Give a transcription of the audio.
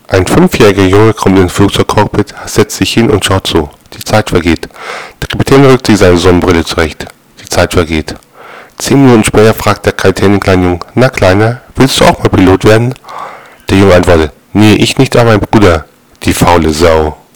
Ein 5-jähriger Junge kommt ins Flugzeugcockpit, setzt sich hin und schaut zu. Die Zeit vergeht. Der Kapitän rückt sich seine Sonnenbrille zurecht. Die Zeit vergeht. 10 Minuten später fragt der Kapitän den kleinen Jungen: Na Kleiner, willst du auch mal Pilot werden? Der Junge antwortet: Nee, ich nicht, aber mein Bruder. Die faule Sau.